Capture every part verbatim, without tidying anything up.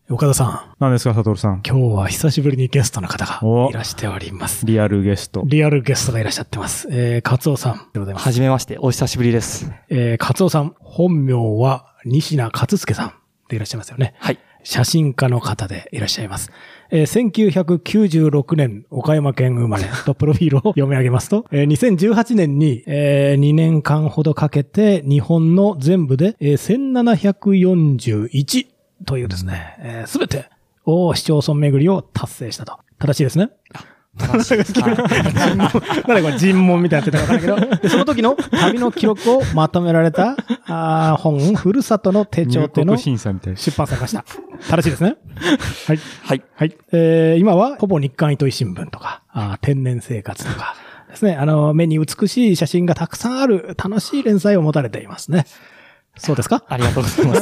岡田さん。 何ですか、サトルさん。 今日は久しぶりにゲストの方がいらしております。 リアルゲスト。 リアルゲストがいらっしゃってます。えー、カツオさんでございます。 はじめまして、お久しぶりです。 えー、カツオさん、本名は西名勝介さんでいらっしゃいますよね。 はい。 写真家の方でいらっしゃいます。えー、せんきゅうひゃくきゅうじゅうろくねん岡山県生まれとプロフィールを読み上げますと、えー、にせんじゅうはちねんに、えー、にねんかんほどかけて日本の全部で、えー、せんななひゃくよんじゅういちというですね、すべ、えー、てを市町村巡りを達成したと。正しいですね。なんだこれ尋問みたいなやつだったかわからないけど、でその時の旅の記録をまとめられたあ本、ふるさとの手帳っていうのを出版されました。正しいですね。はい。 はい。 はい。えー、今はほぼ日刊糸井新聞とか、あ天然生活とかですね、あの、目に美しい写真がたくさんある楽しい連載を持たれていますね。そうですか？ ありがとうございます。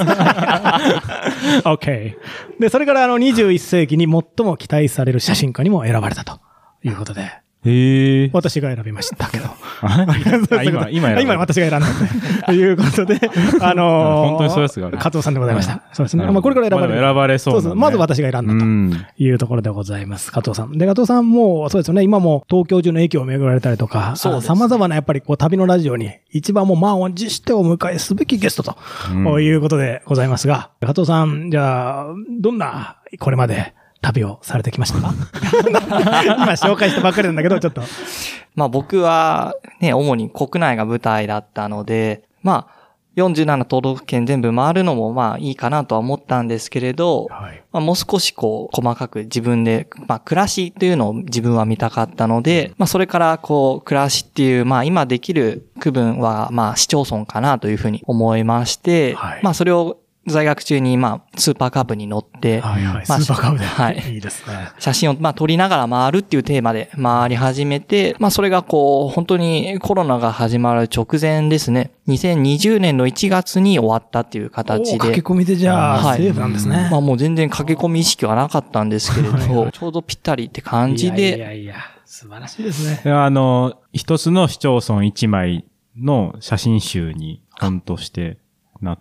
OK。で、それからあのにじゅういっせいきに最も期待される写真家にも選ばれたということで。 へー。 私が選びましたけど。 今、今、 今私が選んだということで、あのー、 本当にそういうやつがある。 加藤さんでございました。そうですね。まあこれから選ばれる。 選ばれそう。 そうそう。まず私が選んだというところでございます。加藤さん。で、加藤さんも、そうですよね。今も東京中の駅を巡られたりとか、様々なやっぱりこう旅のラジオに一番もう満を持してお迎えすべきゲストと、うん、いうことでございますが、加藤さん、じゃあ、どんな、これまで、旅をされてきましたか？今紹介したばっかりなんだけど、ちょっと。 まあ僕はね、主に国内が舞台だったので、まあよんじゅうななとどふけん全部回るのもまあいいかなとは思ったんですけれど、はい、まあもう少しこう細かく自分で、まあ暮らしというのを自分は見たかったので、まあそれからこう暮らしっていうまあ今できる区分はまあ市町村かなというふうに思いまして、はい、まあそれを在学中に、まあ、スーパーカブに乗って、 はいはい、 まあ、 スーパーカブで。 はい。 いいですね。 写真を、まあ、撮りながら回るっていうテーマで回り始めて、まあ、それがこう、本当にコロナが始まる直前ですね。にせんにじゅうねんのいちがつに終わったっていう形で。 駆け込みでじゃあ、はい、セーフなんですね。 まあ、もう全然駆け込み意識はなかったんですけれど、はいはい、ちょうどぴったりって感じで。 いやいやいや、素晴らしいですね。 あの、一つの市町村一枚の写真集に本としてなって、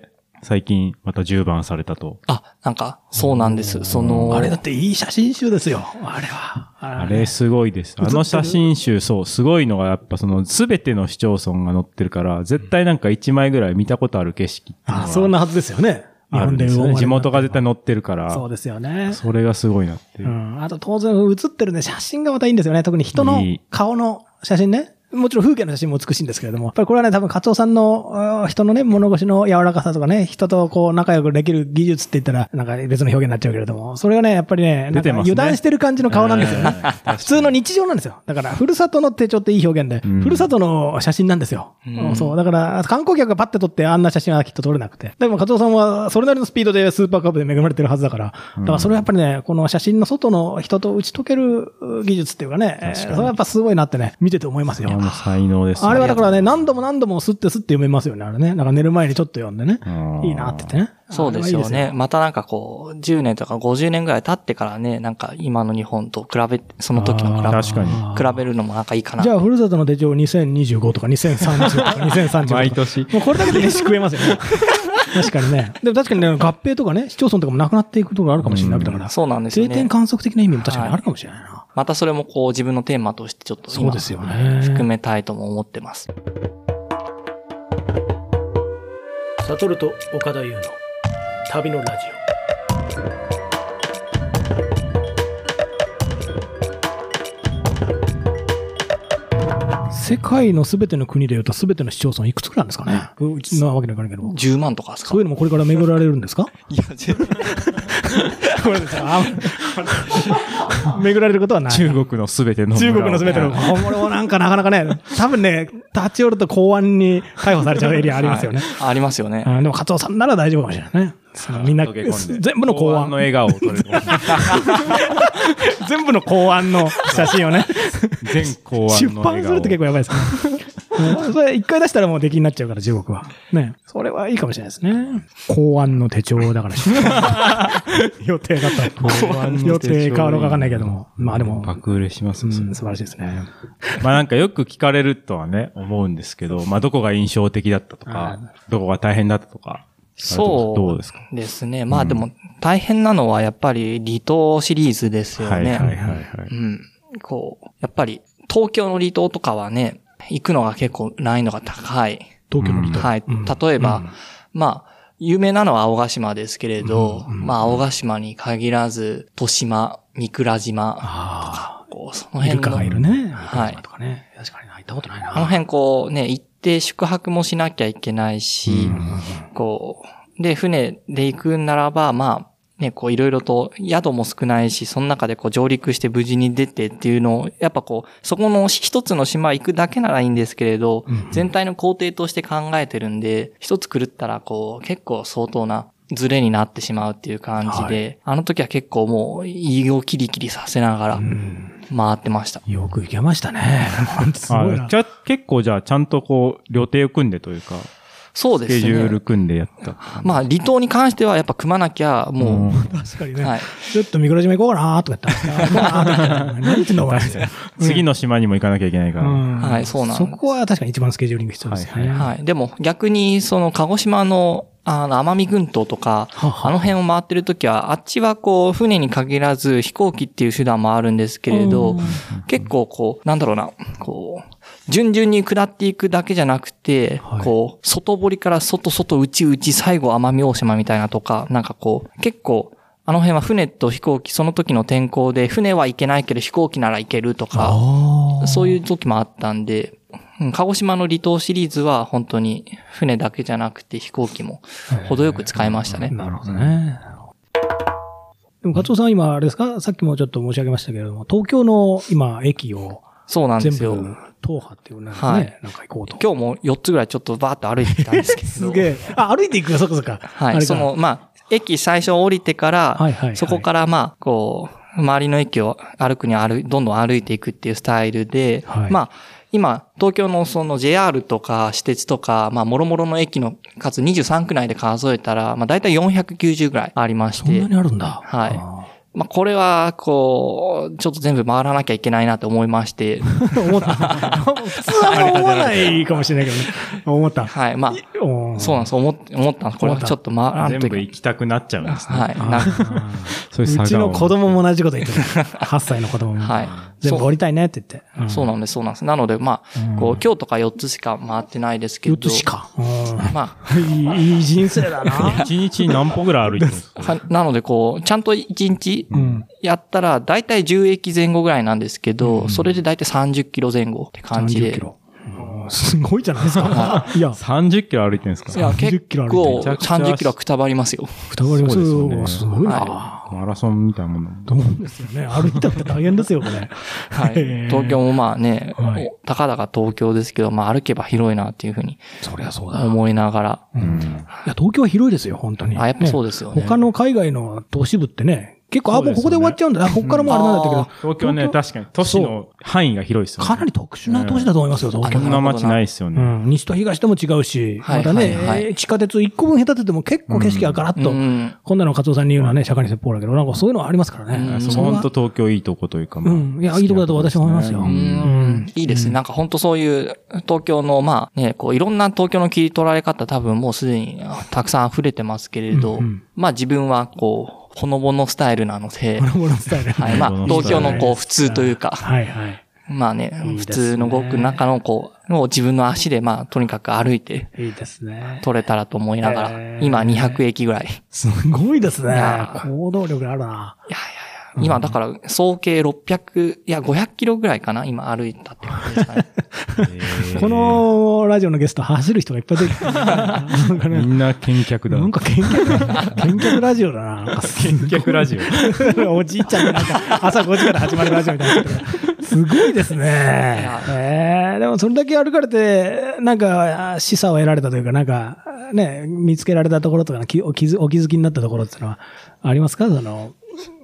最近またじゅうばんされたと。 あ、なんか、そうなんです。その、 あれだっていい写真集ですよ。あれは。 あれすごいです。あの写真集、そう、すごいのがやっぱそのすべての市町村が載ってるから、絶対なんかいちまいぐらい見たことある景色っていうのは。 あ、そんなはずですよね。 日本でね。地元が絶対載ってるから。 そうですよね。 それがすごいなっていう。 うん。あと当然写ってるね、写真がまたいいんですよね。特に人の顔の写真ね。もちろん風景の写真も美しいんですけれども、やっぱりこれはね、多分、カツオさんの、人のね、物腰の柔らかさとかね、人とこう、仲良くできる技術って言ったら、なんか別の表現になっちゃうけれども、それがね、やっぱりね、なんか油断してる感じの顔なんですよね。普通の日常なんですよ。だから、ふるさとの手帳っていい表現で、うん、ふるさとの写真なんですよ。うん、そう。だから、観光客がパッて撮ってあんな写真はきっと撮れなくて。でも、カツオさんはそれなりのスピードでスーパーカブで恵まれてるはずだから、だからそれはやっぱりね、この写真の外の人と打ち解ける技術っていうかね、それはやっぱすごいなってね、見てて思いますよ。 才能です。 あれはだからね、何度も何度も吸って吸って読めますよね、あれね。なんか寝る前にちょっと読んでね。いいなって言ってね。 そうですよね。またなんかこう、じゅうねんとかごじゅうねんぐらい経ってからね、なんか今の日本と比べ、その時の比べ、 確かに比べるのもなんかいいかな。 じゃあ、ふるさとの手帳にせんにじゅうごとかにせんさんじゅうとかにせんさんじゅうとか。 毎年。 もうこれだけで飯食えますよね。確かにね。でも確かにね、合併とかね、市町村とかもなくなっていくことがあるかもしれないだから。 そうなんですよね。 定点観測的な意味も確かにあるかもしれないな。はい、 またそれもこう自分のテーマとしてちょっと今そうですよね。 含めたいとも思ってます。 サトルと岡田優の旅のラジオ。世界のすべての国でいうとすべての市町村いくつくらいなんですかね。うちのわけにはいかないけど。 じゅうまんとかですか。 そういうのもこれから巡られるんですか？ いや、全然。 これですよ。巡られることはない。 中国のすべての。 中国のすべての。これもなんかなかなかね、多分ね、立ち寄ると公安に逮捕されちゃうエリアありますよね。 はい、ありますよね。 でも、カツオさんなら大丈夫かもしれないね。みんな、全部の公安の笑顔を撮れる。 全部の公安の写真をね。 全公安の笑顔。 出版するって結構やばいですね。それ一回出したらもう出来になっちゃうから、中国は。ね。それはいいかもしれないですね。公安の手帳だから予定だった。予定変わるかわかんないけども。まあでも。 爆売れしますね、 うん。素晴らしいですね。 まあなんかよく聞かれるとはね、思うんですけど、まあどこが印象的だったとか、どこが大変だったとか、 そうどうですかですね。まあでも大変なのはやっぱり離島シリーズですよね。 はいはいはい、はい。 うん。こう、やっぱり東京の離島とかはね、行くのが結構難易度が高い。 東京の離島。 はい。例えば、うん、まあ、有名なのは青ヶ島ですけれど、うんうん、まあ青ヶ島に限らず、豊島、三倉島とか、こうその辺の。 イルカがいるね。 はい。 とかね。確かに行ったことないな。 あの辺こうね、行って宿泊もしなきゃいけないし、うんうん、こう、で、船で行くならば、まあ、ね、こういろいろと宿も少ないし、その中でこう上陸して無事に出てっていうのを、やっぱこう、そこの一つの島行くだけならいいんですけれど、うんうん、全体の工程として考えてるんで、一つ狂ったらこう、結構相当なズレになってしまうっていう感じで、はい、あの時は結構もう、胃をキリキリさせながら、回ってました。 うん、よく行けましたね。すごいな。 じゃ結構じゃあちゃんとこう、予定を組んでというか、 そうですね。 スケジュール組んでやった。 まあ、離島に関してはやっぱ組まなきゃ、もう。 確かにね。はい。ちょっと三倉島行こうかなとか言ったら、何言ってんのお前。 次の島にも行かなきゃいけないから。 はい、そうなんです。 そこは確かに一番スケジューリング必要ですね。 はい。でも逆に、その、鹿児島の、あの、奄美群島とか、あの辺を回ってるときは、あっちはこう、船に限らず飛行機っていう手段もあるんですけれど、結構こう、なんだろうな、こう、順々に下っていくだけじゃなくて、はい、こう、外堀から外外内内最後奄美大島みたいなとか、なんかこう、結構、あの辺は船と飛行機、その時の天候で、船は行けないけど飛行機なら行けるとか、そういう時もあったんで、鹿児島の離島シリーズは本当に船だけじゃなくて飛行機も程よく使いましたね。 なるほどね。でも、勝尾さん今あれですか、さっきもちょっと申し上げましたけれども、東京の今駅をそうなんですよ。 全部踏破っていうのね、はい、なんか行こうと。 今日もよっつぐらいちょっとバーッと歩いてきたんですけど。 すげえ。あ、歩いていくよ、そこそこ。 はい。その、まあ、駅最初降りてから、はいはいはい、そこからまあ、こう、周りの駅を歩くに歩い、どんどん歩いていくっていうスタイルで、はい、まあ、今、東京のその ジェイアール とか私鉄とか、まあ、もろもろの駅の数にじゅうさんく内で数えたら、まあ、だいたいよんひゃくきゅうじゅうぐらいありまして。 そんなにあるんだ。 はい。まあ、これは、こう、ちょっと全部回らなきゃいけないなと思いまして。 思った。普通は思わないかもしれないけどね。思った。 はい。まあ、そうなんです。思った、思ったんです。これはちょっと回らんと。 全部行きたくなっちゃうんですね。 はい。なんかそういう差が。うちの子供も同じこと言ってる。はっさいの子供も。はい。全部降りたいねって言って。 うん、そうなんです、そうなんです。なので、まあ、こう、今日とかよっつしか回ってないですけど。 よっつしか。 まあ。 いい人生だな。 いちにち何歩ぐらい歩いてるんですか？ なので、こう、ちゃんといちにちやったら、だいたいじゅうえきぜん後ぐらいなんですけど、それでだいたいさんじゅっキロぜん後って感じで。さんじゅっキロ。 すごいじゃないですか。 いや、さんじゅっキロ歩いてるんですか？ いや、結構、さんじゅっキロはくたばりますよ。 くたばりますよ。すごいな。 マラソンみたいなもんだもんですよね。歩いたって大変ですよ、これ。 はい。東京もまあね、たかだか東京ですけど、まあ歩けば広いなっていうふうに。 そりゃそうだ。 思いながら。 いや、東京は広いですよ、本当に。 あ、やっぱそうですよね。 他の海外の都市部ってね、結構、あ、もうここで終わっちゃうんだ。ここからもあれなんだったけど。 東京ね、確かに都市の範囲が広いですよね。 かなり特殊な都市だと思いますよ、東京。 こんな街ないですよね。 うん。西と東とも違うし、またね、地下鉄いっこぶん隔てても結構景色がガラッと、こんなの勝尾さんに言うのはね、釈迦に説法だけど、なんかそういうのはありますからね。 そこ本当東京いいとこというか。 うん。いや、いいとこだと私は思いますよ。うん。 いいですね。なんか本当そういう東京の、まあね、こういろんな東京の切り取られ方多分もうすでにたくさん溢れてますけれど、まあ自分はこう、ほのぼのスタイルなので。 ほのぼのスタイル。 はい。まあ、東京のこう、普通というか。 はいはい。 まあね、普通のごく中のこう、を自分の足でまあ、とにかく歩いて。 いいですね。 取れたらと思いながら。今にひゃくえきぐらい。 すごいですね。行動力あるな。 いやいやいや。今だから、総計ろっぴゃく、いや、ごひゃくキロぐらいかな今歩いたって感じですかね。 このラジオのゲスト走る人がいっぱい出てくる。みんな見客だ。 なんか見客、見客ラジオだな。 見客ラジオ。おじいちゃんがなんか朝ごじから始まるラジオみたいな。すごいですね。えー、でもそれだけ歩かれて、なんか示唆を得られたというか、なんかね、見つけられたところとか、お気づ、お気づきになったところっていうのはありますか？その、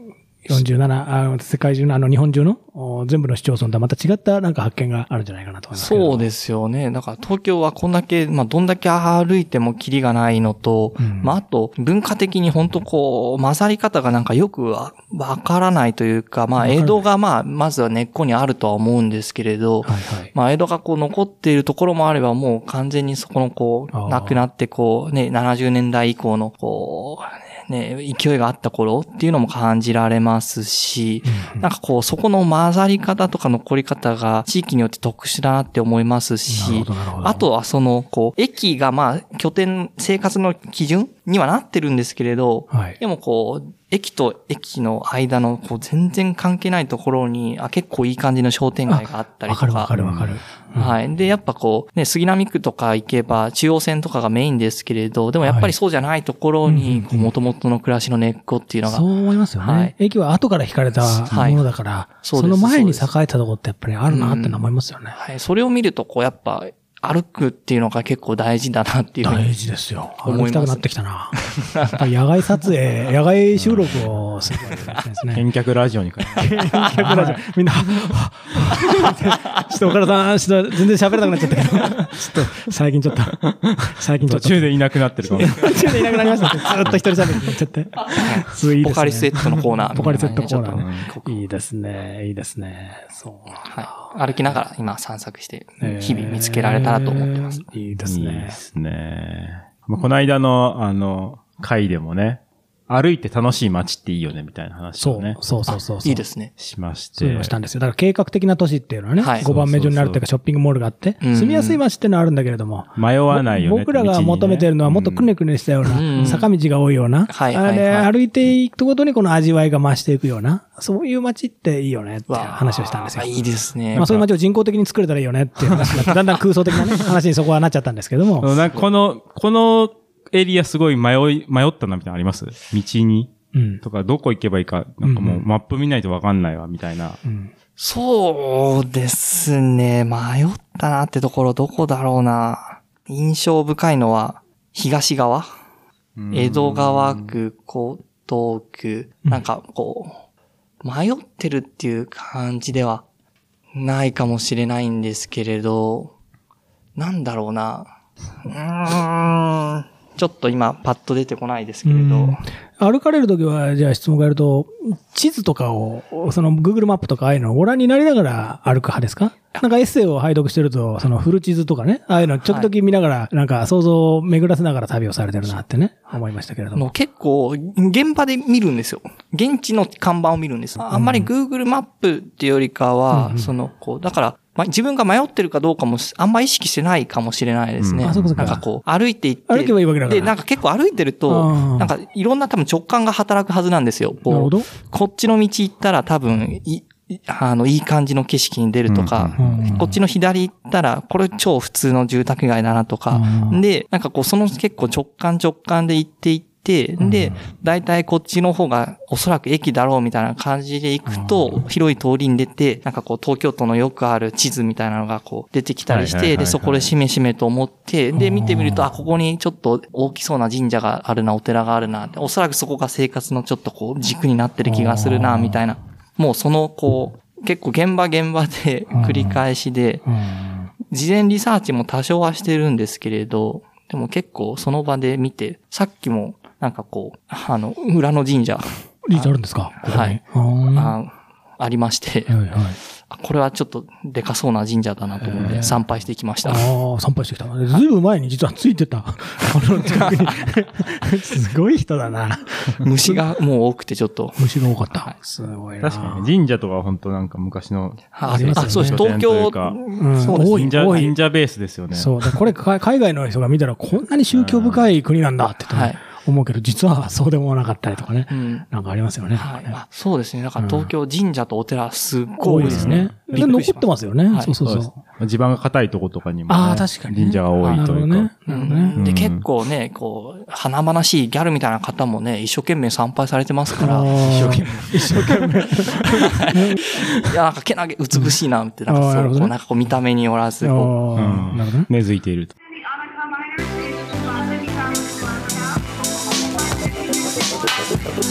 よんじゅうなな、あ世界中のあの日本中の全部の市町村とはまた違ったなんか発見があるんじゃないかなと思います。 そうですよね。だから東京はこんだけ、まあどんだけ歩いてもキリがないのと、うん、まああと文化的に本当こう混ざり方がなんかよくわからないというか、まあ江戸がまあまずは根っこにあるとは思うんですけれど、はいはい、まあ江戸がこう残っているところもあればもう完全にそこのこうなくなってこうね、ななじゅうねんだい以降のこう、ね、勢いがあった頃っていうのも感じられますし、うん、なんかこう、そこの混ざり方とか残り方が地域によって特殊だなって思いますし、あとはその、こう、駅がまあ、拠点、生活の基準にはなってるんですけれど、はい、でもこう、駅と駅の間のこう全然関係ないところに、あ、結構いい感じの商店街があったりとか。 わかるわかるわかる。 うん、はい。で、やっぱこう、ね、杉並区とか行けば中央線とかがメインですけれど、でもやっぱりそうじゃないところに、元々の暮らしの根っこっていうのが。 そう思いますよね。はい、駅は後から引かれたものだから、はい、そ, その前に栄えたところってやっぱりあるなって思いますよね。うん、 はい。それを見ると、こう、やっぱ、歩くっていうのが結構大事だなっていうふうに。 大事ですよ。歩きたくなってきたな。やっぱ野外撮影、野外収録をするですね。 見客ラジオに書いて。 見客ラジオ。みんな、ちょっと岡田さん、ちょっと全然喋れなくなっちゃったけど、ちょっと最近ちょっと、最近ちょっと。 途中でいなくなってるかも。 途中でいなくなりました。ずっと一人喋りになっちゃって。 すいいですね。ポカリスエットのコーナー。 ポカリスエットコーナーね。いいですね。いいですね。そう。 はい。歩きながら今散策して、日々見つけられたらと思ってます。 えー、いいですね。 いいですね。この間の、あの、回でもね、歩いて楽しい街っていいよね、みたいな話をね。 そうそうそうそう。 いいですね。 しまして。 そういうのしたんですよ。だから計画的な都市っていうのはね、はい、ごばんめ順になるっていうかショッピングモールがあって、住みやすい街っていうのはあるんだけれども。 迷わないよね。 僕らが求めてるのはもっとくねくねしたような、坂道が多いような、あれ歩いていくごとにこの味わいが増していくような、そういう街っていいよねって話をしたんですよ。 いいですね。 まあそういう街を人工的に作れたらいいよねっていう話になって、だんだん空想的なね、話にそこはなっちゃったんですけども。 なんかこの、このエリアすごい迷い、迷ったなみたいなのあります？道に。うん、とか、どこ行けばいいか、なんかもうマップ見ないとわかんないわ、みたいな、うん。 そうですね。迷ったなってところ、どこだろうな。印象深いのは、東側江戸川区、江東区、なんかこう、迷ってるっていう感じではないかもしれないんですけれど、なんだろうな。うーん。ちょっと今パッと出てこないですけれど。 歩かれるときは、じゃあ質問があると、地図とかを、その Google マップとかああいうのをご覧になりながら歩く派ですか？なんかエッセイを拝読してると、そのフル地図とかね、ああいうのちょっとだけ見ながら、なんか想像を巡らせながら旅をされてるなってね、思いましたけれども。 結構、現場で見るんですよ。現地の看板を見るんです。あんまり Google マップっていうよりかは、その、こう、だから、ま、自分が迷ってるかどうかもあんま意識してないかもしれないですね。うん、あ、そうかそうか。なんかこう、歩いていって。 歩けばいいわけだから。 で、なんか結構歩いてると、なんかいろんな多分直感が働くはずなんですよ。こう、なるほど。こっちの道行ったら多分、い、あの、いい感じの景色に出るとか、うん、こっちの左行ったら、これ超普通の住宅街だなとか、うん、で、なんかこう、その結構直感直感で行っていって、で、だいたいこっちの方がおそらく駅だろうみたいな感じで行くと、広い通りに出て、なんかこう東京都のよくある地図みたいなのがこう出てきたりして、で、そこでしめしめと思って、で、見てみると、あ、ここにちょっと大きそうな神社があるな、お寺があるな、おそらくそこが生活のちょっとこう軸になってる気がするな、みたいな。もうそのこう、結構現場現場で繰り返しで、事前リサーチも多少はしてるんですけれど、でも結構その場で見て、さっきもなんかこう、あの、裏の神社。 神社あるんですか？ はい。あ, ありまして、はいはい、これはちょっとでかそうな神社だなと思って参拝してきました。 ああ、参拝してきた。ずいぶん前に実はついてた。あの近くに。すごい人だな。 虫がもう多くてちょっと。 虫が多かった。はい、すごいな。 確かに神社とか本当なんか昔の。 あ、ね、あそうです。東京、 うん、そうです神社。神社ベースですよね。 そう。これ海外の人が見たらこんなに宗教深い国なんだって言って、ね。はい思うけど、実はそうでもなかったりとかね。うん、なんかありますよね。 はい、あそうですね。だから東京神社とお寺すっごいですね。 で、残ってますよね。はい、そうそうそう。 地盤が硬いとことかにも、ね。 ああ、確かに、ね。 神社が多いというか。 ねうんね、で、結構ね、こう、華々しいギャルみたいな方もね、一生懸命参拝されてますから。 一生懸命。一生懸命。 いや、なんかけなげ美しいなって、なんかそう、こうなんかこう見た目によらず、こう。 うん、なるほどね。根付いていると。 Thank you.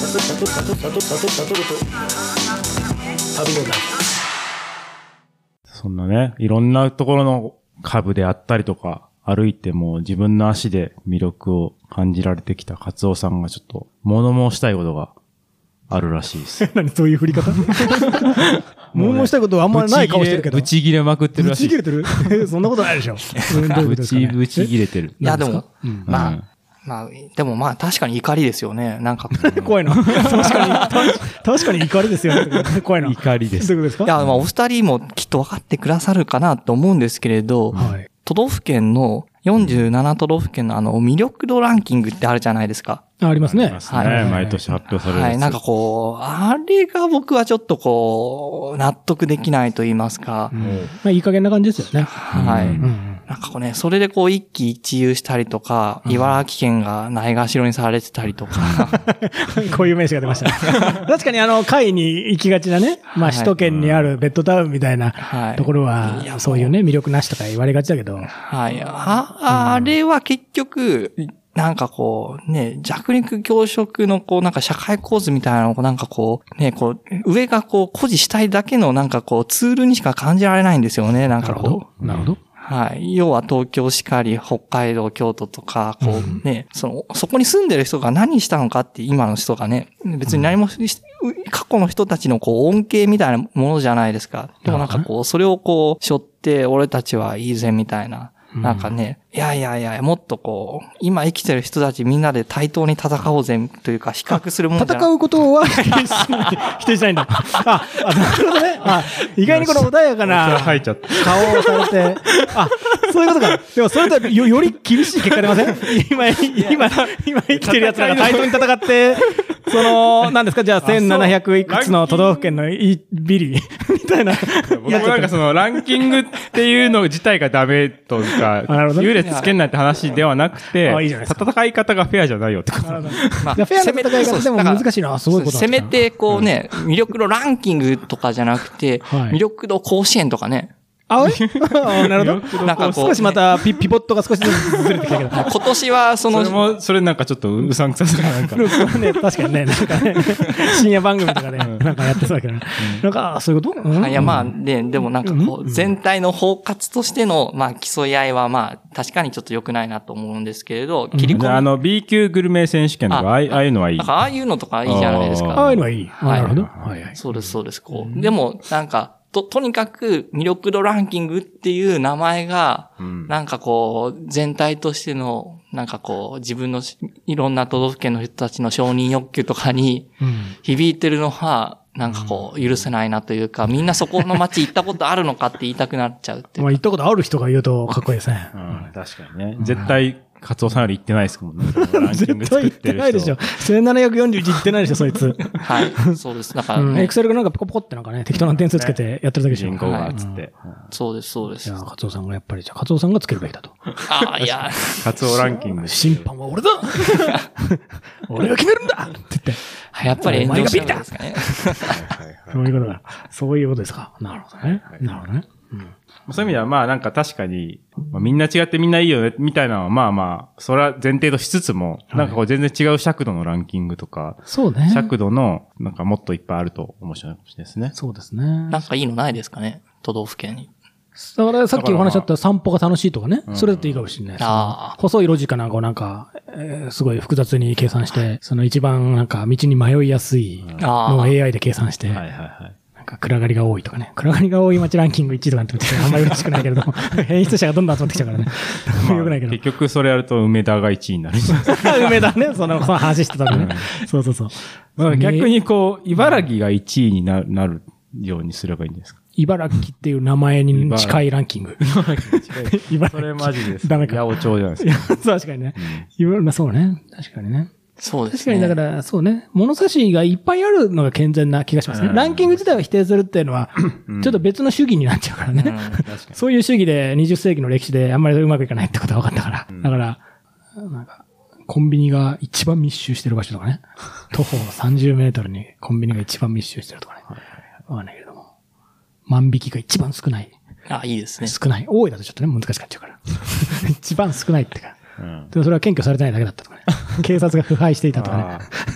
そんなね、いろんなところの株であったりとか、歩いても自分の足で魅力を感じられてきたカツオさんがちょっと物申したいことがあるらしいです。 何そういう振り方物申したいことはあんまりない顔してるけど。 ブチ切れまくってるらしい。 ブチ切れてるそんなことないでしょ。 ブチ、ブチ切れてる。 いやでも、うん、まあ、うん、まあ、でもまあ確かに怒りですよね。なんか。 怖いな。確かに、確かに怒りですよね。怖いな。 怒りです。 どういうことですか？ いや、まあお二人もきっと分かってくださるかなと思うんですけれど、はい、都道府県のよんじゅうなな都道府県のあの魅力度ランキングってあるじゃないですか。 ありますね。 ありますね。はい、毎年発表される。 はい。なんかこう、あれが僕はちょっとこう、納得できないと言いますか。 うんまあ、いい加減な感じですよね。 はい。うん、なんかこうね、それでこう一喜一憂したりとか、うん、茨城県がないがしろにされてたりとか。 こういう名詞が出ました。確かにあの、会に行きがちなね、まあ首都圏にあるベッドタウンみたいなところは、はい、そういうね、魅力なしとか言われがちだけど。 はい。あ、あれは結局、なんかこう、ね、弱肉強食のこう、なんか社会構図みたいなのをなんかこう、ね、こう、上がこう、誇示したいだけのなんかこう、ツールにしか感じられないんですよね、なんかこう。なるほど。 はい。要は東京しかり、北海道、京都とか、こうね、うん、その、そこに住んでる人が何したのかって今の人がね、別に何もし、うん、過去の人たちのこう、恩恵みたいなものじゃないですか。でもなんかこう、それをこう、背負って、俺たちはいいぜみたいな。なんかね、いやいやいや、もっとこう、今生きてる人たちみんなで対等に戦おうぜというか、比較するものじゃ戦うことは否定しないんだ。あ、あ、なるほどね。あ、意外にこの穏やかな顔をされて、あ、そういうことか。でもそれとよ、より厳しい結果出ません？今、今、今生きてる奴らが対等に戦って、その、何ですかじゃあせんななひゃくいくつの都道府県のビリみたいな。 僕もなんかそのランキングっていうの自体がダメとか、優劣つけんないって話ではなくて、戦い方がフェアじゃないよってこと。まあ、 フェアな戦い方でも難しいな。すごいこと。 せめてこうね、魅力度ランキングとかじゃなくて、魅力度甲子園とかね。 あ、あなるほど。なんか少しまたピ、ピボットが少しずつずれてきたけど。 今年はその。 それも、それなんかちょっとうさんくささがなんか。 ね、確かにね、なんかね、深夜番組とかね、なんかやってそうだけどね。なんか、そういうこと、 いや、まあ、で、でもなんかこう、全体の包括としての、まあ、競い合いはまあ、確かにちょっと良くないなと思うんですけれど、 切り込み。あの、B 級グルメ選手権とか、ああいうのはいい。 なんか、ああいうのとかいいじゃないですか。 ああいうのはいい。なるほど。はいはい。 そうです、そうです。こう。でも、なんか、と、とにかく魅力度ランキングっていう名前が、うん、なんかこう、全体としての、なんかこう、自分のいろんな都道府県の人たちの承認欲求とかに響いてるのは、なんかこう、許せないなというか、みんなそこの街行ったことあるのかって言いたくなっちゃうっていう。 まあ行ったことある人が言うとかっこいいですね。 うん、確かにね。絶対、カツオさんより行ってないですもんね。 絶対行ってないでしょ。せんななひゃくよんじゅういち行ってないでしょ、そいつ。 はい。そうです。だからね。エクセルがなんかポコポコってなんかね、適当な点数つけてやってるだけでしょ。 人口がつって。 そうです、そうです。 じゃあ、カツオさんがやっぱり、じゃあ、カツオさんがつけるべきだと。 ああ、いや。 カツオランキング。 審判は俺だ俺が決めるんだって言って。 やっぱり炎上したんですかね。 そういうことだ。そういうことですか。なるほどね。なるほどね。 そういう意味では、まあなんか確かに、まあ、みんな違ってみんないいよね、みたいなのは、まあまあ、それは前提としつつも、はい、なんかこう全然違う尺度のランキングとか、 そうね。 尺度の、なんかもっといっぱいあると面白いかもしれないですね。 そうですね。 なんかいいのないですかね、都道府県に。 だからさっきお話しあった散歩が楽しいとかね、それだっていいかもしれないです、ね。あ細い路地かなんかをなんか、えー、すごい複雑に計算して、その一番なんか道に迷いやすいのを エーアイ で計算して、はいはいはい。暗がりが多いとかね。暗がりが多い街ランキングいちいとかってあんまり嬉しくないけれども、変質者がどんどん集まってきちゃうからね。まあ、よくないけど。 結局それやると梅田がいちいになる。 梅田ね。その、その話してたのね。そうそうそう。 まあ、逆にこう、茨城がいちいになる、なるようにすればいいんですか？ 茨城っていう名前に近いランキング。 茨城に近い。茨城。それマジです。 ダメか。 八百長じゃないですか。 そう、確かにね。うん、そうね。確かにね。 そうですね。 確かにだから、そうね。物差しがいっぱいあるのが健全な気がしますね。ランキング自体を否定するっていうのは、ちょっと別の主義になっちゃうからね。うん、そういう主義でにじゅっせいきの歴史であんまりうまくいかないってことが分かったから。うん、だから、なんか、コンビニが一番密集してる場所とかね。徒歩さんじゅうメートルにコンビニが一番密集してるとかね。わかんないけれども。万引きが一番少ない。 あ、いいですね。 少ない。多いだとちょっとね、難しくなっちゃうから。一番少ないってか。うん、でもそれは検挙されてないだけだったとかね。警察が腐敗していたとかね。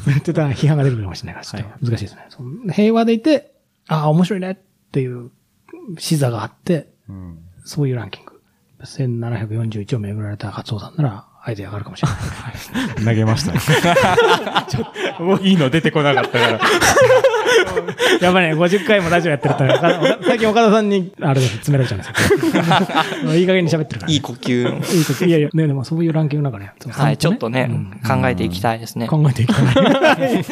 言ってたら批判が出るかもしれないから、ちょっと難しいですね。その平和でいて、ああ、面白いねっていう視座があって、うん、そういうランキング。せんななひゃくよんじゅういちを巡られた勝尾さんなら、アイデアがあるかもしれない。 投げましたね。ちょっと、もういいの出てこなかったから。 やっぱね、ごじゅっかいもラジオやってると、最近岡田さんに、あれです、詰められちゃうんですよ。いい加減に喋ってるから、ね。 いい呼吸。いい呼吸。いやいや、ね、でもそういうランキングなんかね。 はい、ね、ちょっとね、うん、考えていきたいですね。 考えていきたい。い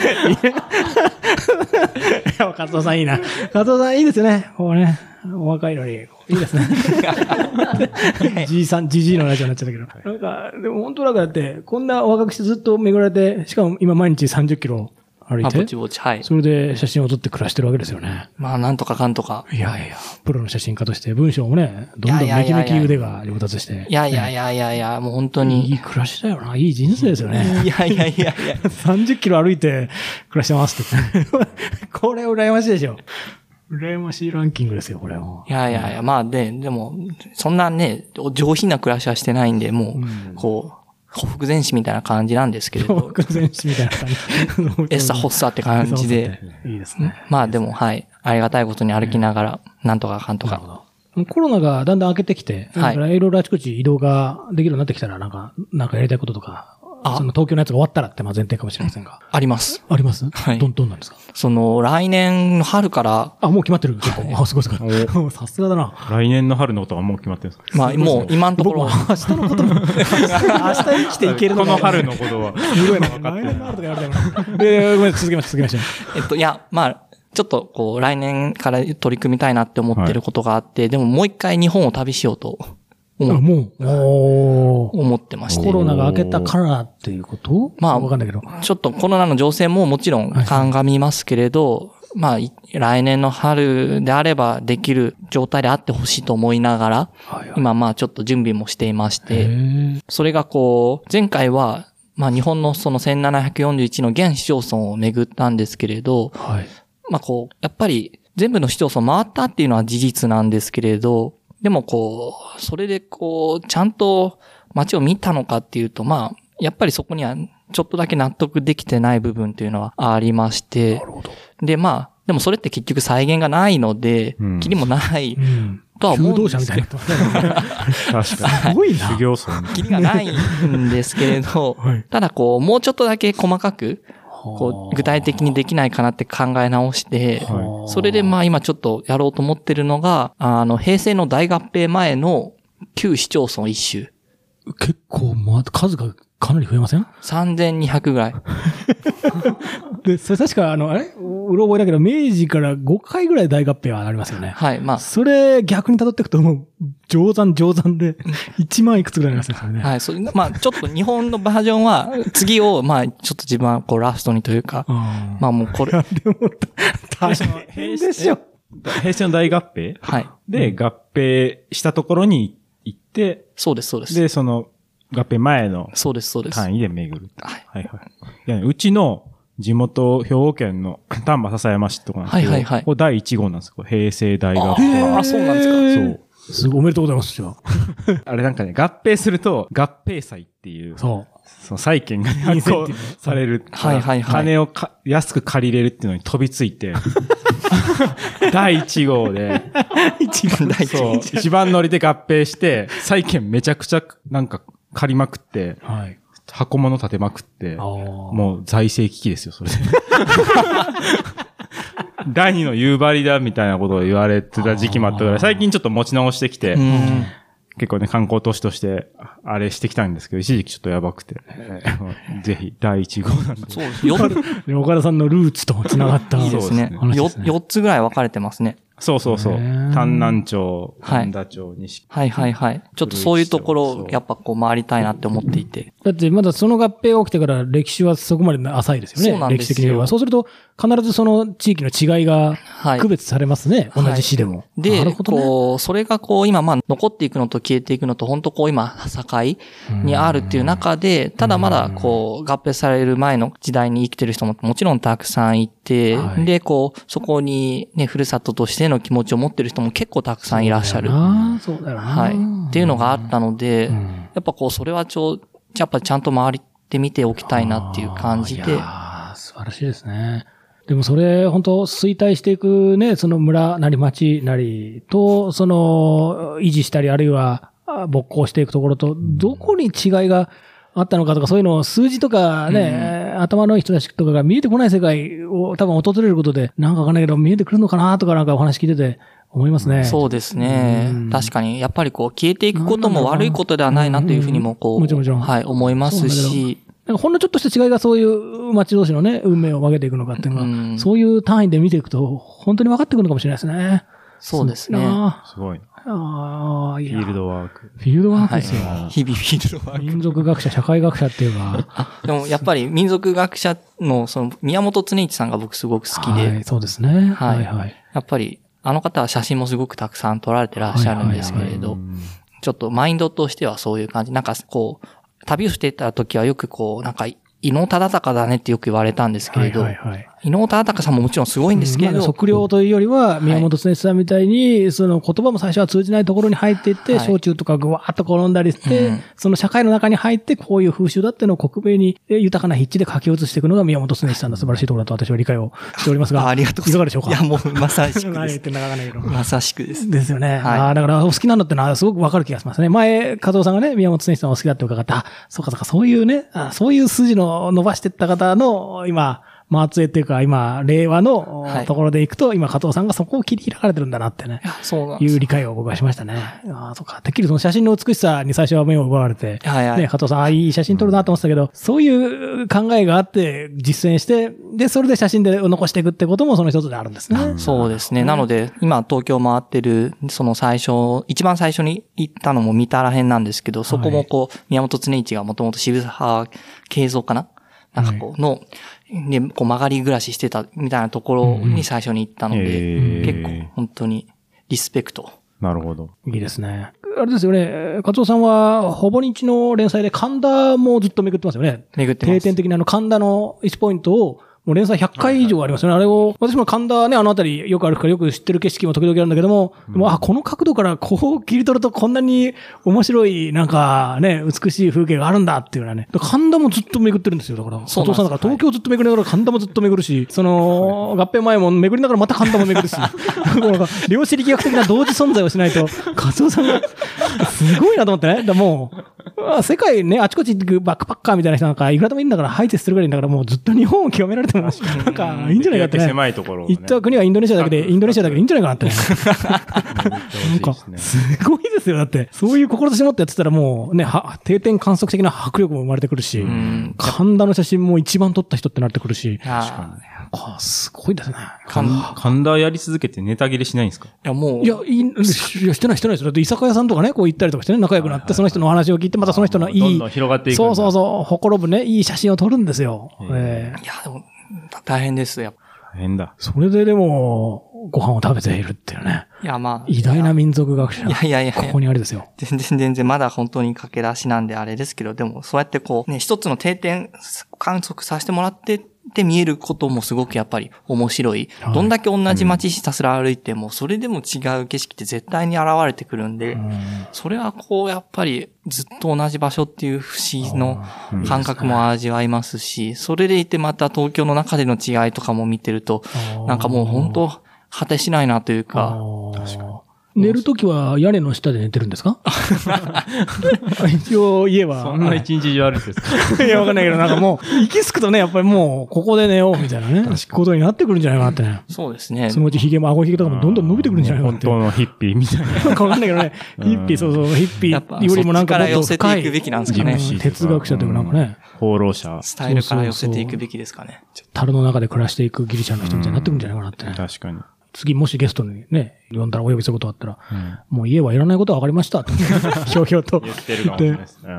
や、勝尾さんいいな。勝尾さんいいですよね。こうね。お若いのに、いいですね。じいさん、じじいのラジオになっちゃったけど。なんか、でも本当なんかだって、こんなお若くしてずっと巡られて、しかも今毎日さんじゅっキロ歩いて。 ぼちぼち、はい。 それで写真を撮って暮らしてるわけですよね。 まあ、なんとかかんとか。 いやいや、プロの写真家として文章もね、どんどんめきめき腕が上達して。 いやいやいやいやいや、もう本当に。 いい暮らしだよな。いい人生ですよね。 いやいやいやいや。 さんじゅっキロ歩いて暮らしてますって。これ羨ましいでしょ。羨ましいランキングですよ、これは。 いやいやいや、まあで、でも、そんなね、上品な暮らしはしてないんで、もう、うん、こう、ほふく前進みたいな感じなんですけれど。 ほふく前進みたいな感じ。 エッサホッサって感じで。 いいですね。 まあでも、はい。ありがたいことに歩きながら、なんとかかんとか。 コロナがだんだん明けてきて、はい。いろいろあちこち移動ができるようになってきたら、なんか、なんかやりたいこととか、その東京のやつが終わったらってまあ前提かもしれませんが。 あります。 ありますはい。 どん、どんなんですかその、来年の春から。 あ、もう決まってる結構。あ、すごいすごい。さすがだな。 来年の春のことはもう決まってるんですか？ まあ、もう今のところ。 明日のことも。明日生きていけるのこの春のことは。 すごいな。来年の春とかやられても。え、ごめん、続けましょう、続けましょう。 えっと、いや、まあ、ちょっとこう、来年から取り組みたいなって思ってることがあって、はい、でももう一回日本を旅しようと。 もう、お思ってまして。 コロナが明けたからっていうこと？まあ、わかんないけど。 ちょっとコロナの情勢ももちろん鑑みますけれど、はい、まあ、来年の春であればできる状態であってほしいと思いながら、はいはい、今まあちょっと準備もしていまして、それがこう、前回は、まあ日本のそのせんななひゃくよんじゅういちの現市町村を巡ったんですけれど、はい、まあこう、やっぱり全部の市町村回ったっていうのは事実なんですけれど、でもこう、それでこう、ちゃんと街を見たのかっていうと、まあ、やっぱりそこにはちょっとだけ納得できてない部分というのはありまして、なるほど。で、まあ、でもそれって結局再現がないので、うん、キリもないとは思うんですけど。 求道者みたいな。確かに。すごいな。 修行僧。 キリがないんですけれど、はい、ただこう、もうちょっとだけ細かく、こう具体的にできないかなって考え直して、それでまあ今ちょっとやろうと思ってるのが、あの、平成の大合併前の旧市町村一周。 結構、まあ、数がかなり増えません ? さんぜんにひゃくぐらい。 で、それ確か、あの、あれうろ覚えだけど、明治からごかいぐらい大合併はありますよね。 はい、まあ。 それ、逆に辿っていくと、もう、上山上山で、いちまんいくつぐらいありますよね。 はい、それ、まあ、ちょっと日本のバージョンは、次を、まあ、ちょっと自分は、こう、ラストにというか、まあもうこれ。でも、 大変でしょ。 平成の大合併はい。 で、合併したところに行って、 そうです、そうです。 で、その、合併前のそうです、そうです。 単位で巡る。 はい。 はいはい。いや、うちの地元、兵庫県の丹波篠山市とかなんですけど、はいはいはい。これだいいち号なんですよ。平成大合併。 ああ、そうなんですか。 そう。 すごい、おめでとうございます、じゃあ。 あれなんかね、合併すると、合併祭っていう、そう。その債券が発行される。 はいはいはい。 金をか安く借りれるっていうのに飛びついて、だいいち号で、 一番大事。 そう。一番乗りで合併して、債券めちゃくちゃなんか借りまくって、はい、箱物立てまくって、もう財政危機ですよ、それで。第二の夕張だみたいなことを言われてた時期もあったから、最近ちょっと持ち直してきて、結構ね、観光都市として、あれしてきたんですけど、一時期ちょっとやばくて、ぜひ、だいいち号なんで。 そうです。よ岡田さんのルーツと繋がった。 いいですね。よ、よっつぐらい分かれてますね。 そうそうそう。丹南町、神田町、西。 はいはいはい。ちょっとそういうところ、やっぱこう回りたいなって思っていて。 だってまだその合併が起きてから歴史はそこまで浅いですよね。そうなんですよ。歴史的には。そうすると、必ずその地域の違いが区別されますね。はい、同じ市でも。 で、ね、こう、それがこう今まあ残っていくのと消えていくのと、本当こう今、境にあるっていう中で、ただまだこう合併される前の時代に生きてる人ももちろんたくさんいて、はい、で、こう、そこにね、ふるさととしての気持ちを持ってる人も結構たくさんいらっしゃる。 そうだよな。 はい。っていうのがあったので、うん、やっぱこう、それはちょ、やっぱちゃんと回ってみておきたいなっていう感じで。 素晴らしいですね。でもそれ、本当衰退していくね、その村なり町なりと、その、維持したり、あるいは、勃興していくところと、どこに違いがあったのかとか、そういうのを数字とかね、うん、頭のいい人たちとかが見えてこない世界を多分訪れることで、なんかわかんないけど、見えてくるのかなとかなんかお話聞いてて、思いますね。 そうですね。うん、確かに、やっぱりこう、消えていくことも悪いことではないなというふうにも、こう、もちろんもちろん、はい、思いますし、 なんかほんのちょっとした違いがそういう町同士のね、運命を分けていくのかっていうのが、うん、そういう単位で見ていくと、本当に分かってくるのかもしれないですね。 そうですね。 すごいな。 ああ、いや。フィールドワーク。 フィールドワークですよ。 はい、日々フィールドワーク。 民族学者、社会学者っていうか。 あ、でもやっぱり民族学者の、その、宮本恒一さんが僕すごく好きで。 はい、そうですね。 はい、はい、はい。やっぱり、あの方は写真もすごくたくさん撮られてらっしゃるんですけれど、はいはいはい、ちょっとマインドとしてはそういう感じ。なんかこう、旅をしていた時はよくこう、なんか、伊能忠敬だねってよく言われたんですけれど、はいはいはい、伊能忠敬さんももちろんすごいんですけれど、 うんまあ、測量というよりは、宮本恒一さんみたいに、その言葉も最初は通じないところに入っていって、はい、焼酎とかぐわーっと転んだりして、うん、その社会の中に入って、こういう風習だっていうのを国名に豊かな筆致で書き写していくのが宮本恒一さんの素晴らしいところだと私は理解をしておりますが、 あ, ありがとうございます。 いかがでしょうか。 いや、もうまさしくです。 何言ってんだかわかんないけど。 まさしくです。 ですよね。 はい、 あだから、お好きなのってのはすごくわかる気がしますね。前、加藤さんがね、宮本恒一さんを好きだって伺った、そうかそうか、そういうね、あそういう筋の伸ばしていった方の、今、末裔っていうか、今、令和のところで行くと、はい、今、加藤さんがそこを切り開かれてるんだなってね。 そうなんです。 いう理解を僕はしましたね。ああ、そうか。てっきりその写真の美しさに最初は目を奪われて、はいはい、ね、加藤さん、ああ、いい写真撮るなと思ってたけど、そういう考えがあって、実践して、で、それで写真で残していくってこともその一つであるんですね。 そうですね。なので、今、東京回ってる、その最初、一番最初に行ったのも三田ら辺なんですけど、そこもこう、宮本恒一がもともと渋沢慶三かななんかこう、の、で、こう曲がり暮らししてたみたいなところに最初に行ったので、うん、結構本当にリスペクト。 なるほど。 いいですね。あれですよね、加藤さんは、ほぼ日の連載で神田もずっと巡ってますよね。 巡ってます。 定点的なあの神田のいちポイントを、もう連載ひゃっかい以上ありますよね。はいはいはい、あれを、私も神田ね、あのあたりよく歩くからよく知ってる景色も時々あるんだけども、うん、でもあ、この角度からこう切り取るとこんなに面白い、なんかね、美しい風景があるんだっていうのはね。神田もずっと巡ってるんですよ。だから、加藤さんだから東京ずっと巡りながら神田もずっと巡るし、その、合併前も巡りながらまた神田も巡るし、量子力学的な同時存在をしないと、加藤さんが、すごいなと思ってね。だもう、世界ね、あちこち行くバックパッカーみたいな人なんか、いくらでもいいんだから、ハイテスするぐらいんだから、もうずっと日本を極められても、なんか、いいんじゃないかってね。 狭いところを、ね。 行った国はインドネシアだけで、インドネシアだけでいいんじゃないかなってね。なんか、すごいですよ。だって、そういう志持ってやってたらもうね、は定点観測的な迫力も生まれてくるし、神田の写真も一番撮った人ってなってくるし。確かに。あ、すごいですね。 神田やり続けてネタ切れしないんですか？ いや、もう。 いや、いい、いや、してないしてないですよ。だって居酒屋さんとかね、こう行ったりとかしてね、仲良くなって、その人のお話を聞いて、またその人のいい、 どんどん広がっていく。 そうそうそう、ほころぶね、いい写真を撮るんですよ。 えー、いや、でも、大変ですよ。 大変だ。 それででも、ご飯を食べているっていうね。 いや、まあ。 偉大な民族学者。 いやいやいや。 ここにあれですよ。 全然全然まだ本当に駆け出しなんであれですけど、でもそうやってこう、ね、一つの定点観測させてもらってって見えることもすごくやっぱり面白い。はい、どんだけ同じ街ひたすら歩いても、それでも違う景色って絶対に現れてくるんで、うん、それはこう、やっぱりずっと同じ場所っていう不思議の感覚も味わいますし、それでいてまた東京の中での違いとかも見てると、なんかもう本当、果てしないなというか。 確かに。寝るときは屋根の下で寝てるんですか？一応家は。 そんな一日中あるんですか？ いや、わかんないけど、なんかもう、行き着くとね、やっぱりもう、ここで寝ようみたいなね、ことになってくるんじゃないかなってね。 そうですね。 そのうち髭も、顎髭とかもどんどん伸びてくるんじゃないかなって。 本当のヒッピーみたいな。 わかんないけどね、ヒッピー、そうそう、ヒッピーよりもなんかもっと深い。 寄せていくべきなんですかね。 哲学者というかなんかね。 放浪者。 スタイルから寄せていくべきですかね。 樽の中で暮らしていくギリシャの人みたいになってくるんじゃないかなってね。 確かに。 次もしゲストにね、呼んだらお呼びすることがあったら、うん、もう家はいらないことは分かりましたって。ひょうひょうと。 言ってるかもしれないです。うん。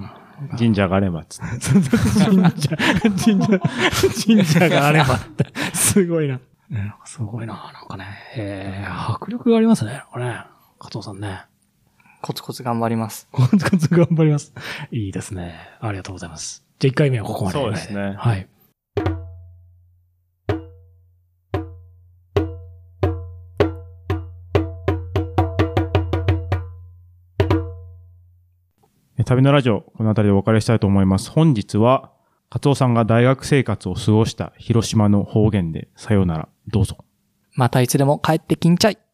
神社があればっつって。 神社、神社、神社があればって。すごいな。ね、すごいな。なんかね、えー、迫力がありますね。これね。加藤さんね。 コツコツ頑張ります。 コツコツ頑張ります。いいですね。ありがとうございます。じゃあいっかいめはここまで。 そうですね。 はい。 旅のラジオ、この辺りでお別れしたいと思います。本日は、 カツオさんが大学生活を過ごした広島の方言でさようなら、どうぞ。 またいつでも帰ってきんちゃい。